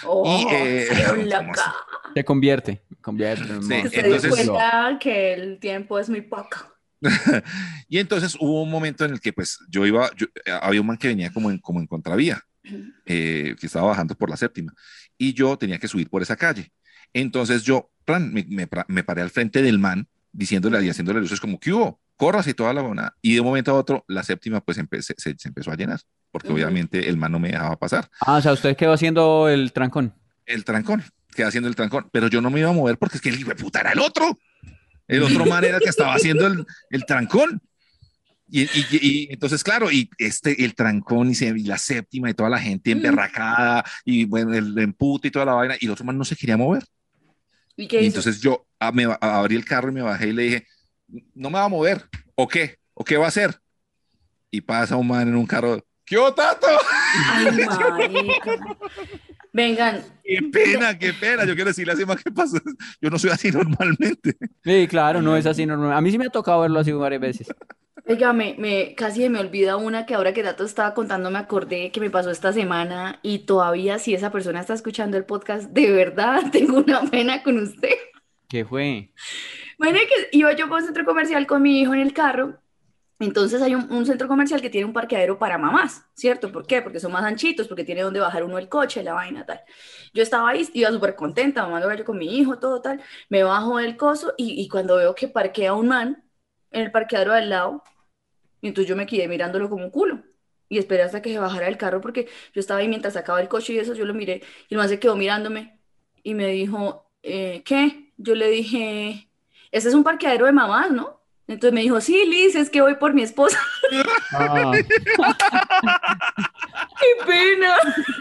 Salió loca. Se convierte en Sí, monstruo. Se dio entonces- cuenta que el tiempo es muy poco. Y entonces hubo un momento en el que pues había un man que venía como en contravía, que estaba bajando por la séptima, y yo tenía que subir por esa calle. Entonces yo me paré al frente del man, diciéndole y haciéndole luces como, ¿qué hubo? Corras y toda la buena. Y de un momento a otro, la séptima pues se empezó a llenar, porque obviamente el man no me dejaba pasar. Ah, o sea, usted quedó haciendo el trancón. El trancón, quedé haciendo el trancón, pero yo no me iba a mover porque es que el hijo de puta era el otro. El otro man era el que estaba haciendo el trancón. Y entonces, claro, el trancón y la séptima y toda la gente emberracada y bueno, el empute y toda la vaina, y el otro man no se quería mover. ¿Y qué Y hizo? entonces yo abrí el carro y me bajé y le dije, no me va a mover, ¿o qué? ¿O qué va a hacer? Y pasa un man en un carro, ¿qué hubo, Tato? Ay, marica. Vengan, Qué pena, yo quiero decirle así más que pasó. Yo no soy así normalmente. Sí, claro, no es así normal. A mí sí me ha tocado verlo así varias veces. oiga, casi se me olvida una que ahora que Tato estaba contando me acordé que me pasó esta semana y todavía si esa persona está escuchando el podcast, de verdad tengo una pena con usted. ¿Qué fue? Bueno, que iba yo por un centro comercial con mi hijo en el carro. Entonces hay un centro comercial que tiene un parqueadero para mamás, ¿cierto? ¿Por qué? Porque son más anchitos, porque tiene donde bajar uno el coche, la vaina, tal. Yo estaba ahí, iba súper contenta, mamando gallo con mi hijo, todo tal. Me bajo del coso y cuando veo que parquea un man en el parqueadero al lado, y entonces yo me quedé mirándolo como un culo. Y esperé hasta que se bajara del carro porque yo estaba ahí mientras sacaba el coche y eso, yo lo miré y el man se quedó mirándome y me dijo, ¿qué? Yo le dije, ese es un parqueadero de mamás, ¿no? Entonces me dijo, sí, Liz, es que voy por mi esposa. Ah, ¡Qué pena!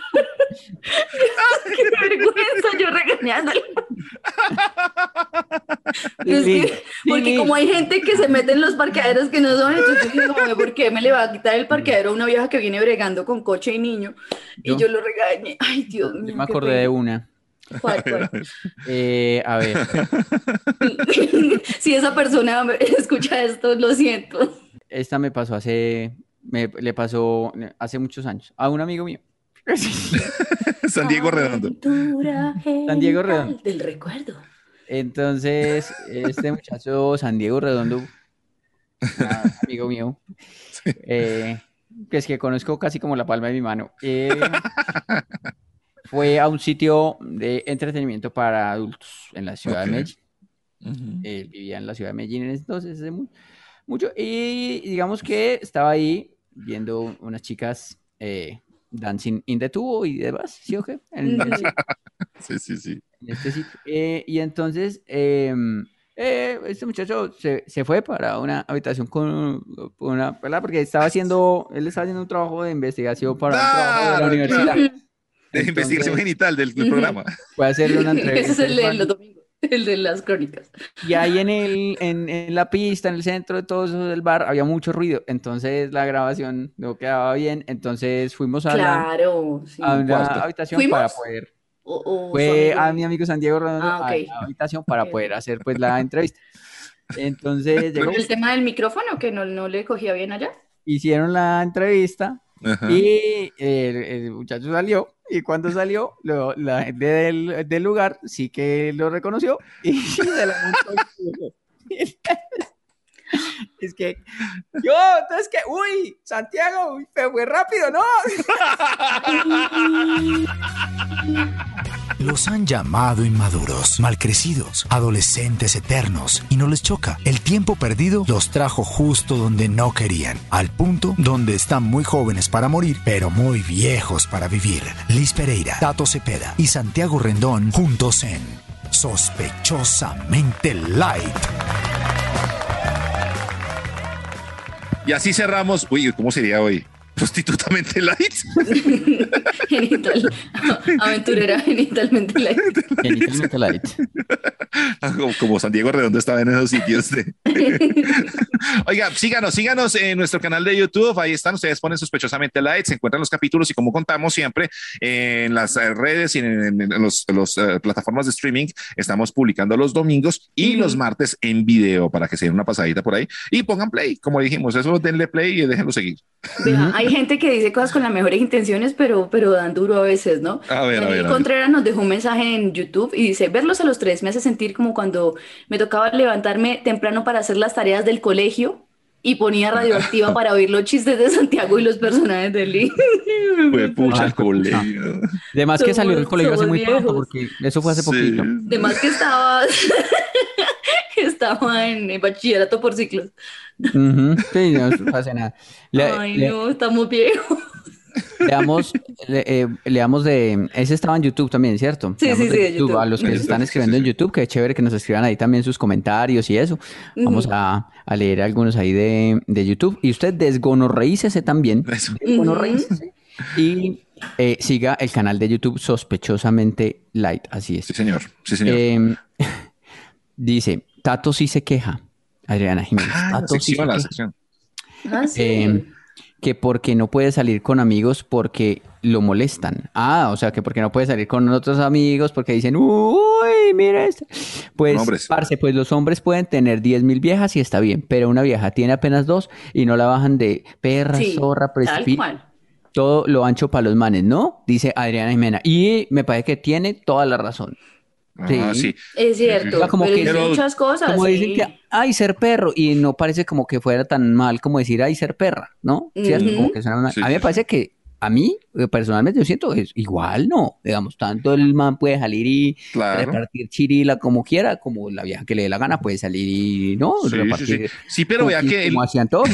¡Qué vergüenza! Yo regañándole. Es que, porque como hay gente que se mete en los parqueaderos que no son, entonces yo digo, ¿por qué me le va a quitar el parqueadero a una vieja que viene bregando con coche y niño? Y yo lo regañé. Ay, Dios mío. yo me qué acordé pena. de una. ¿Cuál? A ver, Si esa persona escucha esto, lo siento. esta me pasó le pasó hace muchos años a un amigo mío. San Diego Redondo. San Diego Redondo. Del recuerdo. Entonces, este muchacho San Diego Redondo, amigo mío, que es que conozco casi como la palma de mi mano, fue a un sitio de entretenimiento para adultos en la ciudad de Medellín. Él vivía en la ciudad de Medellín en ese entonces, hace mucho, y digamos que estaba ahí viendo unas chicas dancing in the tubo y demás, ¿sí o qué? Sí. En este sitio. Y entonces este muchacho se fue para una habitación con una pelada porque él estaba haciendo un trabajo de investigación para un trabajo de la universidad. De investigación genital del programa. Fue a hacerle una entrevista. Ese es el de los domingos, el de las crónicas. Y ahí en la pista, en el centro de todo eso del bar, había mucho ruido. Entonces la grabación no quedaba bien. Entonces fuimos a Claro, sí. a una ¿Cuarto? habitación ¿Fuimos? para poder. O Fue su a amigo. mi amigo San Diego Redondo Ah, ok. a la habitación para Ok. poder hacer pues la entrevista. Entonces llegó, ¿Por el tema del micrófono que no le cogía bien allá? hicieron la entrevista Ajá. Y el muchacho salió, y cuando salió, la gente del lugar sí que lo reconoció y se la montó. Es que entonces que, uy, Santiago, uy, fue rápido, ¿no? Los han llamado inmaduros, malcrecidos, adolescentes eternos, y no les choca. El tiempo perdido los trajo justo donde no querían, al punto donde están muy jóvenes para morir, pero muy viejos para vivir. Liz Pereira, Tato Cepeda y Santiago Rendón juntos en Sospechosamente Light. Y así cerramos. Uy, ¿cómo sería hoy? Prostitutamente light. Aventurera genitalmente light. Genitalmente light. Como San Diego Redondo estaba en esos sitios. Oiga, síganos en nuestro canal de YouTube. Ahí están, ustedes ponen Sospechosamente Light, se encuentran los capítulos y como contamos siempre en las redes y en los plataformas de streaming, estamos publicando los domingos y los martes en video para que se den una pasadita por ahí y pongan play. Como dijimos, eso denle play y déjenlo seguir. Vea, hay gente que dice cosas con las mejores intenciones, pero dan duro a veces, ¿no? A ver. Contreras nos dejó un mensaje en YouTube y dice: verlos a los tres me hace sentir como cuando me tocaba levantarme temprano para hacer las tareas del colegio y ponía Radioactiva para oír los chistes de Santiago y los personajes de Lee. Fue pucha el colegio. De más que salió del colegio hace muy viejos. pronto, porque eso fue hace poquito. De más que estaba en bachillerato por ciclos. Sí, no pasa nada. No, estamos viejos. Leamos de... Ese estaba en YouTube también, ¿cierto? Sí, Leamos de de YouTube. A los que se están escribiendo en YouTube, que es chévere que nos escriban ahí también sus comentarios y eso. Vamos a leer algunos ahí de YouTube. Y usted desgonorreícese también. Eso. Desgonorreícese. Y siga el canal de YouTube Sospechosamente Light. Así es. Sí, señor. Dice, Tato sí se queja. Adriana Jiménez. Tato sí se queja. Sección. Sí. Que porque no puede salir con amigos porque lo molestan. O sea, que porque no puede salir con otros amigos porque dicen, uy, mira esto. Pues, parce, pues los hombres pueden tener 10.000 viejas y está bien, pero una vieja tiene apenas 2 y no la bajan de perra, zorra, precipicio. Todo lo ancho para los manes, ¿no? Dice Adriana Jimena. Y me parece que tiene toda la razón. Sí. Es cierto, O sea, como pero que hay muchas cosas. Como sí. dicen que, ser perro, y no parece como que fuera tan mal como decir, ser perra, ¿no? ¿Cierto? Como que suena mal. Sí, a mí me parece que, a mí, personalmente, yo siento que es igual, ¿no? Digamos, tanto el man puede salir y repartir chirila como quiera, como la vieja que le dé la gana puede salir y, ¿no? Repartir sí, pero vea que... Como hacían todos.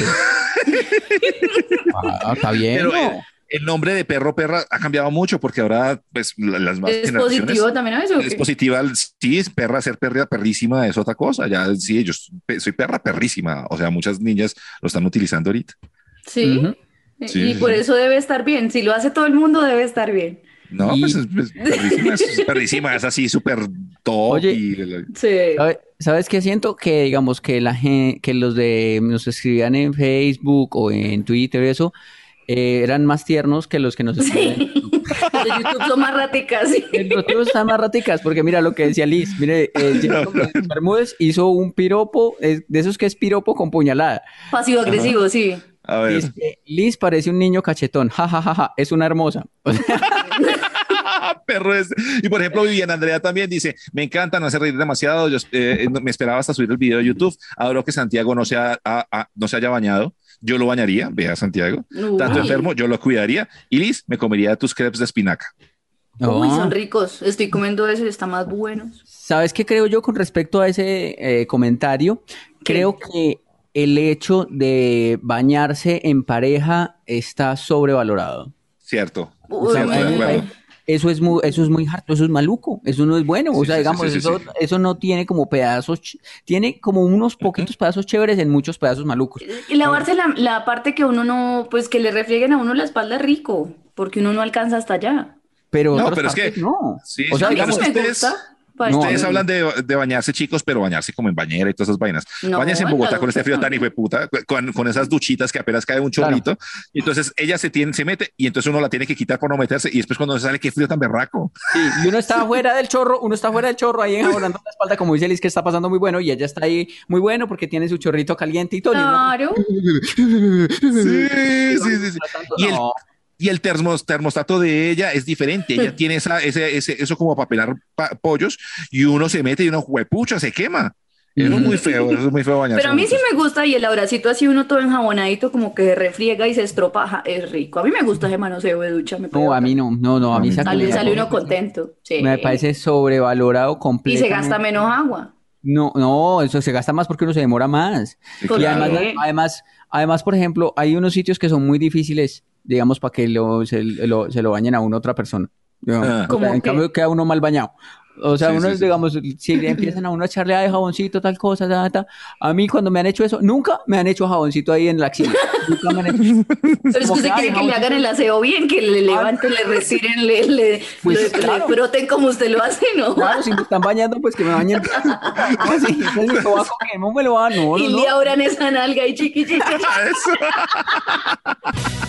Está bien, pero, ¿no? El nombre de perra ha cambiado mucho porque ahora, pues, las más ¿Es generaciones... positivo también a eso? Es positiva, sí, es perra, ser perrísima es otra cosa. Ya, sí, yo soy perra perrísima. O sea, muchas niñas lo están utilizando ahorita. Sí. Y por eso debe estar bien. Si lo hace todo el mundo, debe estar bien. No, pues es perrísima, es así súper top. Oye, ¿sabes qué siento? Que digamos que la gente, que los de nos escribían en Facebook o en Twitter y eso, eran más tiernos que los que nos escriben. Los de YouTube son más raticas. Sí. Los tuyos están más raticas, porque mira lo que decía Liz. Mire, Bermúdez hizo un piropo, de esos que es piropo con puñalada. Pasivo-agresivo, sí. A ver. Dice, Liz parece un niño cachetón. Ja, es una hermosa. Perro Y por ejemplo, Viviana Andrea también dice: me encanta, no hace reír demasiado. Yo me esperaba hasta subir el video de YouTube. Adoro que Santiago no se haya bañado. Yo lo bañaría, vea Santiago. Tanto enfermo, yo lo cuidaría. Y Liz, me comería tus crepes de espinaca. Uy, son ricos. Estoy comiendo eso y están más buenos. ¿Sabes qué creo yo con respecto a ese comentario? Creo que el hecho de bañarse en pareja está sobrevalorado. Cierto. Eso es muy harto, eso es maluco, eso no es bueno. O sea, digamos, eso no tiene como pedazos, tiene como unos poquitos pedazos chéveres en muchos pedazos malucos. Y lavarse la parte que uno no, pues que le refrieguen a uno la espalda es rico, porque uno no alcanza hasta allá. Pero no, pero es que no. Sí, o sea, a mí digamos, sí me gusta. Ustedes hablan de bañarse, chicos, pero bañarse como en bañera y todas esas vainas. No, Báñense en Bogotá no, con este frío tan hijo de puta, con esas duchitas que apenas cae un chorrito. Claro. Y entonces ella se mete y entonces uno la tiene que quitar por no meterse. Y después cuando se sale, qué frío tan berraco. Sí, y uno está fuera del chorro, ahí enjabonando la espalda, como dice Liz, que está pasando muy bueno, y ella está ahí muy bueno porque tiene su chorrito caliente y todo. Claro. Sí. Y el termostato de ella es diferente. Ella tiene eso como para pelar pollos y uno se mete y uno huepucha, se quema. Eso es muy feo bañarse. Pero a mí sí me gusta y el abracito así uno todo enjabonadito como que se refriega y se estropa, es rico. A mí me gusta ese manoseo de ducha. No, a mí no, a mí sale uno contento. Sí. Me parece sobrevalorado Y completamente. se gasta menos agua. No, eso se gasta más porque uno se demora más. Sí, Y claro. además, por ejemplo, hay unos sitios que son muy difíciles, digamos, para que se lo bañen a una otra persona. En cambio, queda uno mal bañado. O sea, digamos, si le empiezan a uno a echarle de jaboncito, tal cosa, a mí cuando me han hecho eso, nunca me han hecho jaboncito ahí en la axila. Nunca me han hecho. Pero es que usted quiere que le hagan el aseo bien, que le levanten, le retiren, le froten como usted lo hace, ¿no? Claro, si me están bañando, pues que me bañen. Así, entonces me va a coger, no me lo van, no. Y le abran esa nalga y chiqui. Eso.